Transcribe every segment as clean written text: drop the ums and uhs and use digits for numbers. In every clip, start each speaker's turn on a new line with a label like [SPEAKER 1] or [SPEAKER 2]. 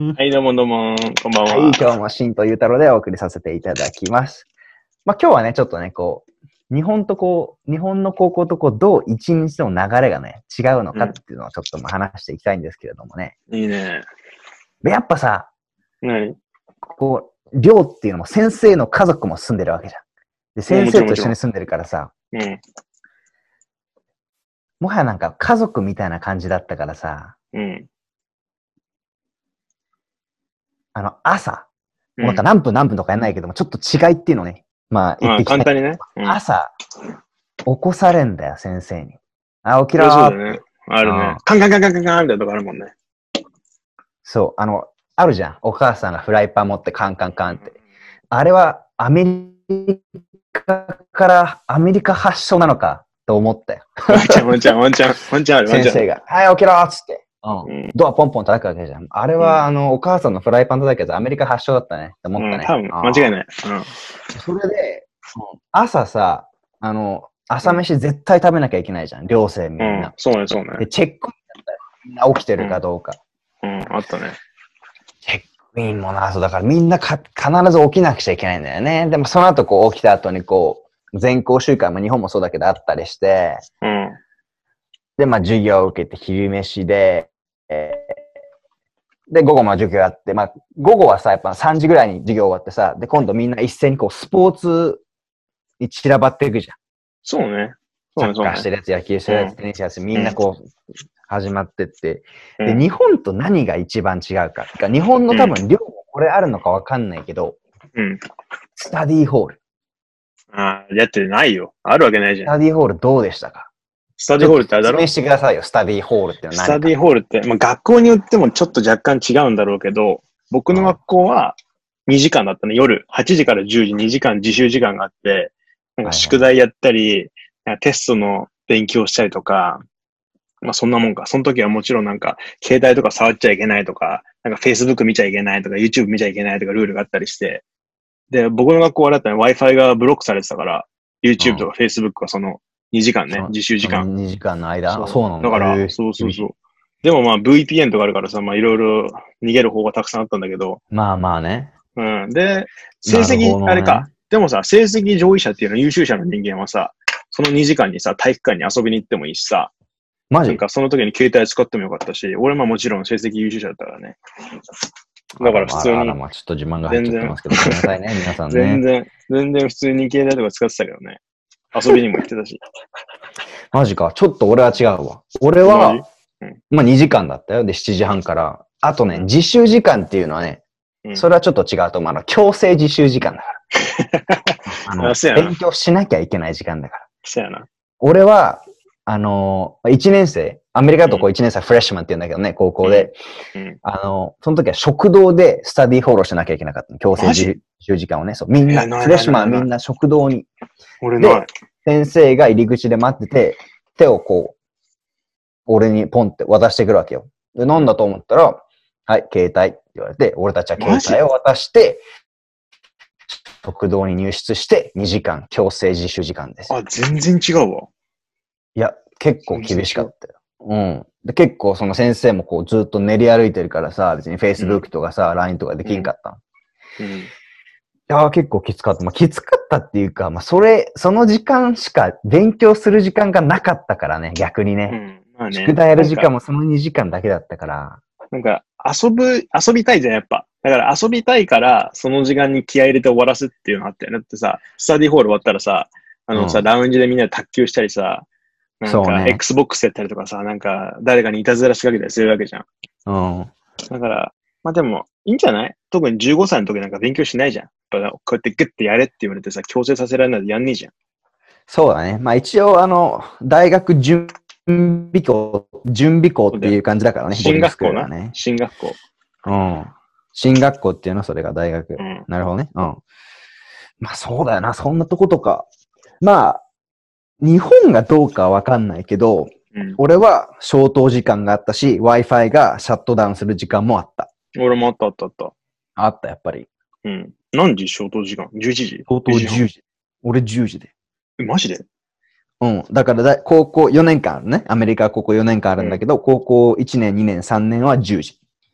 [SPEAKER 1] はい、どうもどうも、こんばんは。
[SPEAKER 2] はい、今日もシンとゆうたろうでお送りさせていただきます。まあ今日はね、ちょっとね、日本の高校とどう一日の流れがね、違うの
[SPEAKER 1] うん、
[SPEAKER 2] かっていうのをちょっと話していきたいんですけれどもね。
[SPEAKER 1] いいね。
[SPEAKER 2] でやっぱさ、
[SPEAKER 1] 何？
[SPEAKER 2] 寮っていうのも先生の家族も住んでるわけじゃん。で、
[SPEAKER 1] もう
[SPEAKER 2] 先生
[SPEAKER 1] もちろんもちろん。
[SPEAKER 2] と一緒に住んでるからさ、
[SPEAKER 1] うん、
[SPEAKER 2] もはやなんか家族みたいな感じだったからさ、
[SPEAKER 1] うん、
[SPEAKER 2] 朝、もうなんか
[SPEAKER 1] うん。
[SPEAKER 2] 何分何分とかやんないけども、ちょっと違いっていうのをね、まあ言っ
[SPEAKER 1] まあ、
[SPEAKER 2] ていきたい。
[SPEAKER 1] 簡単にね。うん。
[SPEAKER 2] 朝、起こされんだよ、先生に。あ、起き
[SPEAKER 1] そ
[SPEAKER 2] ろ
[SPEAKER 1] りゃそうだよね。
[SPEAKER 2] ーって。
[SPEAKER 1] あるね。
[SPEAKER 2] うん。
[SPEAKER 1] カンカンカンカンカンカンみたいなとこあるもんね。
[SPEAKER 2] そう、あるじゃん。お母さんがフライパン持ってカンカンカン
[SPEAKER 1] うん
[SPEAKER 2] って。あれはアメリカ発祥なのかと思ったよ。
[SPEAKER 1] ワンチャン、ワンチャン、ワンチャン、ワンチャンある、ワンチャンある。
[SPEAKER 2] 先生が、はい、起きろーっつって。うん。
[SPEAKER 1] うん、
[SPEAKER 2] ドアポンポン叩くわけじゃん。あれは、
[SPEAKER 1] うん、
[SPEAKER 2] お母さんのフライパン叩くやつ、アメリカ発祥だったねって思った
[SPEAKER 1] うん、
[SPEAKER 2] ね。
[SPEAKER 1] 多分、間違い
[SPEAKER 2] あ
[SPEAKER 1] ない。
[SPEAKER 2] それで、朝さ、朝
[SPEAKER 1] うん、
[SPEAKER 2] 飯絶対食べなきゃいけないじゃん。寮生み
[SPEAKER 1] うん、
[SPEAKER 2] んな。
[SPEAKER 1] そうね、そうね。
[SPEAKER 2] で、チェックインだったらみんな起きてるか
[SPEAKER 1] うん、
[SPEAKER 2] どうか。
[SPEAKER 1] うん、あったね。
[SPEAKER 2] チェックインもな、そうだからみんな必ず起きなくちゃいけないんだよね。でもその後起きた後に全校集会も日本もそうだけどあったりして、
[SPEAKER 1] うん、
[SPEAKER 2] で、まあ授業を受けて昼飯で、で、午後も授業やって、まあ午後はさ、やっぱ3時ぐらいに授業終わってさ、で、今度みんな一斉にスポーツに散らばっていくじゃん。
[SPEAKER 1] そうね。そうね、
[SPEAKER 2] サッ
[SPEAKER 1] そうね。
[SPEAKER 2] カーしてるやつ、野球してるやつ、
[SPEAKER 1] うん、
[SPEAKER 2] テニスやつ、み
[SPEAKER 1] うん、
[SPEAKER 2] んな始まってって。で、
[SPEAKER 1] うん、
[SPEAKER 2] 日本と何が一番違うか。日本の
[SPEAKER 1] うん、
[SPEAKER 2] 多分量もこれあるのかわかんないけど、
[SPEAKER 1] うん。
[SPEAKER 2] スタディーホール。
[SPEAKER 1] ああ、だってないよ。あるわけないじゃん。
[SPEAKER 2] スタディーホールどうでしたか？
[SPEAKER 1] スタディホー
[SPEAKER 2] ちょっと
[SPEAKER 1] ルってあれだろ？
[SPEAKER 2] 説明してくださいよ、スタディーホールってのは
[SPEAKER 1] スタ
[SPEAKER 2] 何か。
[SPEAKER 1] ディホールって、まあ、学校によってもちょっと若干違うんだろうけど、僕の学
[SPEAKER 2] うん。
[SPEAKER 1] 校は2時間だったね。夜8時から10時2時間自習時間があって、なんか
[SPEAKER 2] はいはいはい。
[SPEAKER 1] 宿題やったり、なんかテストの勉強したりとか、まあそんなもんか。その時はもちろんなんか携帯とか触っちゃいけないとか、なんか Facebook 見ちゃいけないとか YouTube 見ちゃいけないとかルールがあったりして、で、僕の学校はだったら Wi-Fi がブロックされてたから、
[SPEAKER 2] う
[SPEAKER 1] YouTube と
[SPEAKER 2] ん。
[SPEAKER 1] か Facebook はその2時間ね、自習時
[SPEAKER 2] その
[SPEAKER 1] 間
[SPEAKER 2] 2時間の間、あ、
[SPEAKER 1] そう。
[SPEAKER 2] そうなんだ。
[SPEAKER 1] だから、
[SPEAKER 2] へえ、
[SPEAKER 1] そうそうそう。
[SPEAKER 2] 厳しい。
[SPEAKER 1] でもまあ VPN とかあるからさ、まあいろいろ逃げる方がたくさんあったんだけど、
[SPEAKER 2] まあまあね。
[SPEAKER 1] うん。で、成
[SPEAKER 2] なる
[SPEAKER 1] 績、
[SPEAKER 2] ほどね。
[SPEAKER 1] あれか。でもさ、成績上位者っていうのは優秀者の人間はさ、その2時間にさ、体育館に遊びに行ってもいいしさ、
[SPEAKER 2] マジ？
[SPEAKER 1] なんかその時に携帯使ってもよかったし、俺ももちろん成績優秀者だったからね。だから
[SPEAKER 2] あらま
[SPEAKER 1] 普通に、
[SPEAKER 2] あらあらまあ、ちょっと自慢が入っち
[SPEAKER 1] 全然、
[SPEAKER 2] ゃってますけど、ごめんなさいね、皆さんね。
[SPEAKER 1] 全然普通に携帯とか使ってたけどね。遊びにも行ってたし。
[SPEAKER 2] マジか。ちょっと俺は違うわ。俺
[SPEAKER 1] マジ？
[SPEAKER 2] は、
[SPEAKER 1] うん。
[SPEAKER 2] まあ2時間だったよ。で、7時半から。あとね、
[SPEAKER 1] うん。
[SPEAKER 2] 自習時間っていうのはね、
[SPEAKER 1] うん。
[SPEAKER 2] それはちょっと違うと思う。強制自習時間だから。
[SPEAKER 1] あ、そうやな。
[SPEAKER 2] 勉強しなきゃいけない時間だから。
[SPEAKER 1] そうやな。
[SPEAKER 2] 俺は、1年生、アメリカだと
[SPEAKER 1] うん。
[SPEAKER 2] 1年生フレッシュマンって言うんだけどね、高
[SPEAKER 1] うん。
[SPEAKER 2] 校で。
[SPEAKER 1] うん。
[SPEAKER 2] その時は食堂でスタディフォローしなきゃいけなかったの。強制
[SPEAKER 1] マジ？
[SPEAKER 2] 自習時間をね。そう、みんな、
[SPEAKER 1] ない
[SPEAKER 2] フレッ
[SPEAKER 1] ないないない。
[SPEAKER 2] シュマンはみんな食堂に。
[SPEAKER 1] 俺ない。
[SPEAKER 2] で、先生が入り口で待ってて、手を俺にポンって渡してくるわけよ。で、な
[SPEAKER 1] うん。
[SPEAKER 2] んだと思ったら、はい、携帯って言われて、俺たちは携
[SPEAKER 1] マジ？
[SPEAKER 2] 帯を渡して、食堂に入室して2時間強制自習時間ですよ。
[SPEAKER 1] あ、全然違うわ。
[SPEAKER 2] いや、結構厳
[SPEAKER 1] 全然違う。
[SPEAKER 2] しかったよ。うん。で、結構その先生もずっと練り歩いてるからさ、別に
[SPEAKER 1] うん。
[SPEAKER 2] Facebook とかさ、LINE とかで
[SPEAKER 1] うん。
[SPEAKER 2] きんかったの。い
[SPEAKER 1] うん。
[SPEAKER 2] やー、結構きつかった。まあ、きつかったっていうか、まあ、その時間しか勉強する時間がなかったからね、逆にね。
[SPEAKER 1] うん。まあね。
[SPEAKER 2] 宿題やる
[SPEAKER 1] なんか、
[SPEAKER 2] 時間もその2時間だけだったから。
[SPEAKER 1] 遊びたいじゃん、やっぱ。だから遊びたいから、その時間に気合い入れて終わらすっていうのあったよね。だってさ、スタディホール終わったらさ、
[SPEAKER 2] うん。
[SPEAKER 1] ラウンジでみんなで卓球したりさ、なんか、
[SPEAKER 2] そうね。
[SPEAKER 1] Xbox やったりとかさ、なんか、誰かにいたずら仕掛けたりするわけじゃん。
[SPEAKER 2] うん。
[SPEAKER 1] だから、まあでも、いいんじゃない？特に15歳の時なんか勉強しないじゃん。やっぱこうやってグッてやれって言われてさ、強制させられないでやんねえじゃん。
[SPEAKER 2] そうだね。まあ一応、大学準備校って
[SPEAKER 1] そうだよ。
[SPEAKER 2] いう感じだからね、ボーデ
[SPEAKER 1] 進
[SPEAKER 2] ィングス
[SPEAKER 1] 学校な。
[SPEAKER 2] クールはね。
[SPEAKER 1] 進学校。
[SPEAKER 2] うん。進学校っていうの、それが大学。
[SPEAKER 1] うん。
[SPEAKER 2] なるほどね。うん。まあそうだよな、そんなとことか。まあ、日本がどうかはわかんないけど、
[SPEAKER 1] うん。
[SPEAKER 2] 俺は消灯時間があったし、Wi-Fi がシャットダウンする時間もあった。
[SPEAKER 1] 俺もあったあったあった。
[SPEAKER 2] あった、やっぱり。
[SPEAKER 1] うん。何時消灯時間？ 11 時？
[SPEAKER 2] 消灯
[SPEAKER 1] 11 時半？
[SPEAKER 2] 10時。俺10時で。
[SPEAKER 1] え、マジで？
[SPEAKER 2] うん。だから高校4年間あるね。アメリカは高校4年間ある
[SPEAKER 1] うん。
[SPEAKER 2] んだけど、高校1年、2年、3年は10時。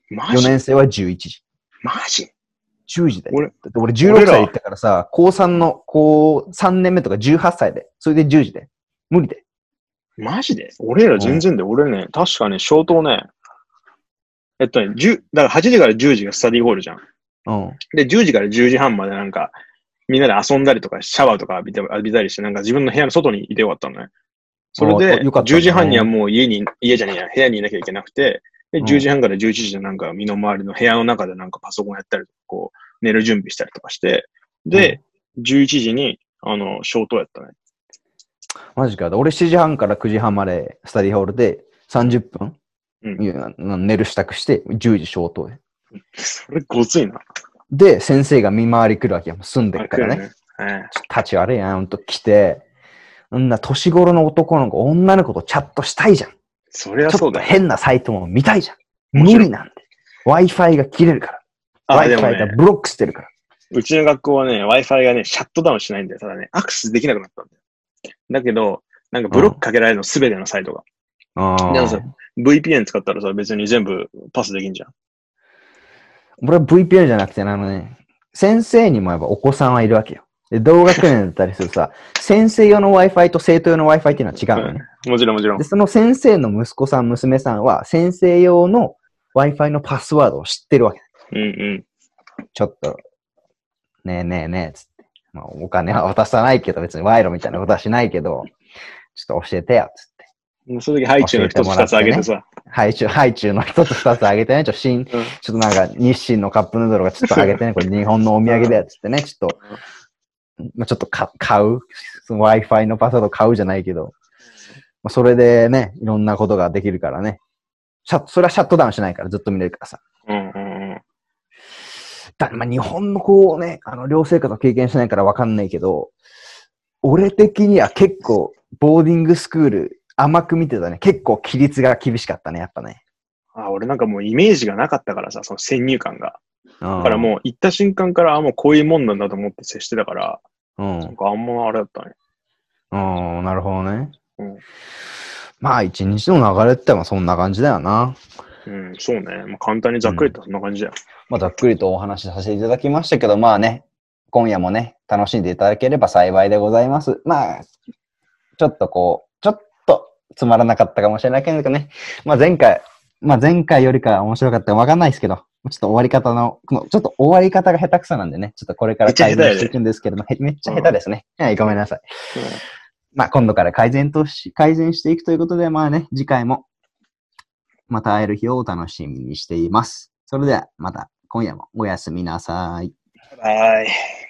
[SPEAKER 2] 4
[SPEAKER 1] マジ
[SPEAKER 2] 年生は11時。
[SPEAKER 1] マジ
[SPEAKER 2] 10時だよ。
[SPEAKER 1] 俺、
[SPEAKER 2] だって俺16歳で行ったからさ、高3年目とか18歳で、それで10時で。無理で。
[SPEAKER 1] マジで俺ら全然で、俺ね、確かね、消灯ね、だから8時から10時がスタディホールじゃん。
[SPEAKER 2] うん。
[SPEAKER 1] で、10時から10時半までなんか、みんなで遊んだりとか、シャワーとか浴びたりして、なんか自分の部屋の外にいてよかったのね。それで、
[SPEAKER 2] よかったね
[SPEAKER 1] 10時半にはもう家じゃねえや、部屋にいなきゃいけなくて、で、
[SPEAKER 2] うん
[SPEAKER 1] 10時半から11時でなんか身の回りの部屋の中でなんかパソコンやったりとか、こう、寝る準備したりとかして、で、11時に、消灯やったね。
[SPEAKER 2] マジか。俺7時半から9時半までスタディホールで30分、寝る支度して10時消灯で。
[SPEAKER 1] それごついな。
[SPEAKER 2] で、先生が見回り来るわけよ。住んでるからね。立ち悪いやん、ほんと来て、年頃の男の子、女の子とチャットしたいじゃん。
[SPEAKER 1] そりゃそうだよ。
[SPEAKER 2] ちょっと変なサイトも見たいじゃん。無理なんで。Wi-Fi が切れるから。Wi-Fi がブロックしてるから。
[SPEAKER 1] うちの学校はね、Wi-Fi がね、シャットダウンしないんだよ。ただね、アクセスできなくなったんだよ。だけど、なんかブロックかけられるのすべてのサイトが。でもさ、VPN 使ったらさ、別に全部パスできんじゃん。
[SPEAKER 2] 俺は VPN じゃなくて、先生にもやっぱお子さんはいるわけよ。で、同学年だったりするさ、先生用の Wi-Fi と生徒用の Wi-Fi っていうのは違うのね。
[SPEAKER 1] もちろんもちろん。
[SPEAKER 2] で、その先生の息子さん、娘さんは、先生用の Wi-Fi のパスワードを知ってるわけ。ちょっと、ねえ、つって。まあ、お金は渡さないけど、別に賄賂みたいなことはしないけど、ちょっと教えてよ、つって。
[SPEAKER 1] その時、ハイチュウの一つ二つあげてさ。
[SPEAKER 2] ハイチュウの一つ二つあげてね。ちょっとなんか、日清のカップヌードルがちょっとあげてね。これ日本のお土産だよ、つってね。ちょっと、まあ、ちょっと買う。その Wi-Fi のパスワード買うじゃないけど。まあ、それでね、いろんなことができるからね。それはシャットダウンしないからずっと見れるからさ。まあ、日本の寮生活を経験しないからわかんないけど、俺的には結構、ボーディングスクール甘く見てたね。結構規律が厳しかったね、やっぱね。
[SPEAKER 1] 俺なんかもうイメージがなかったからさ、その先入観が。だからもう行った瞬間から、もうこういうもんなんだと思って接してたから、なんかあんまあれだったね。
[SPEAKER 2] なるほどね。まあ一日の流れってそんな感じだよな。
[SPEAKER 1] そうね。まあ、簡単にざっくりとそんな感じだよ。
[SPEAKER 2] まあざっくりとお話しさせていただきましたけど、まあね、今夜もね、楽しんでいただければ幸いでございます。まあ、ちょっとつまらなかったかもしれないけどね。まあ前回よりか面白かったかわかんないですけど、ちょっと終わり方が下手くそなんでね、ちょっとこれから改善していくんですけども、めっちゃ下手ですね。はい、ごめんなさい。まあ今度から改善していくということで、まあね、次回もまた会える日をお楽しみにしています。それではまた今夜もおやすみなさい。
[SPEAKER 1] バイ。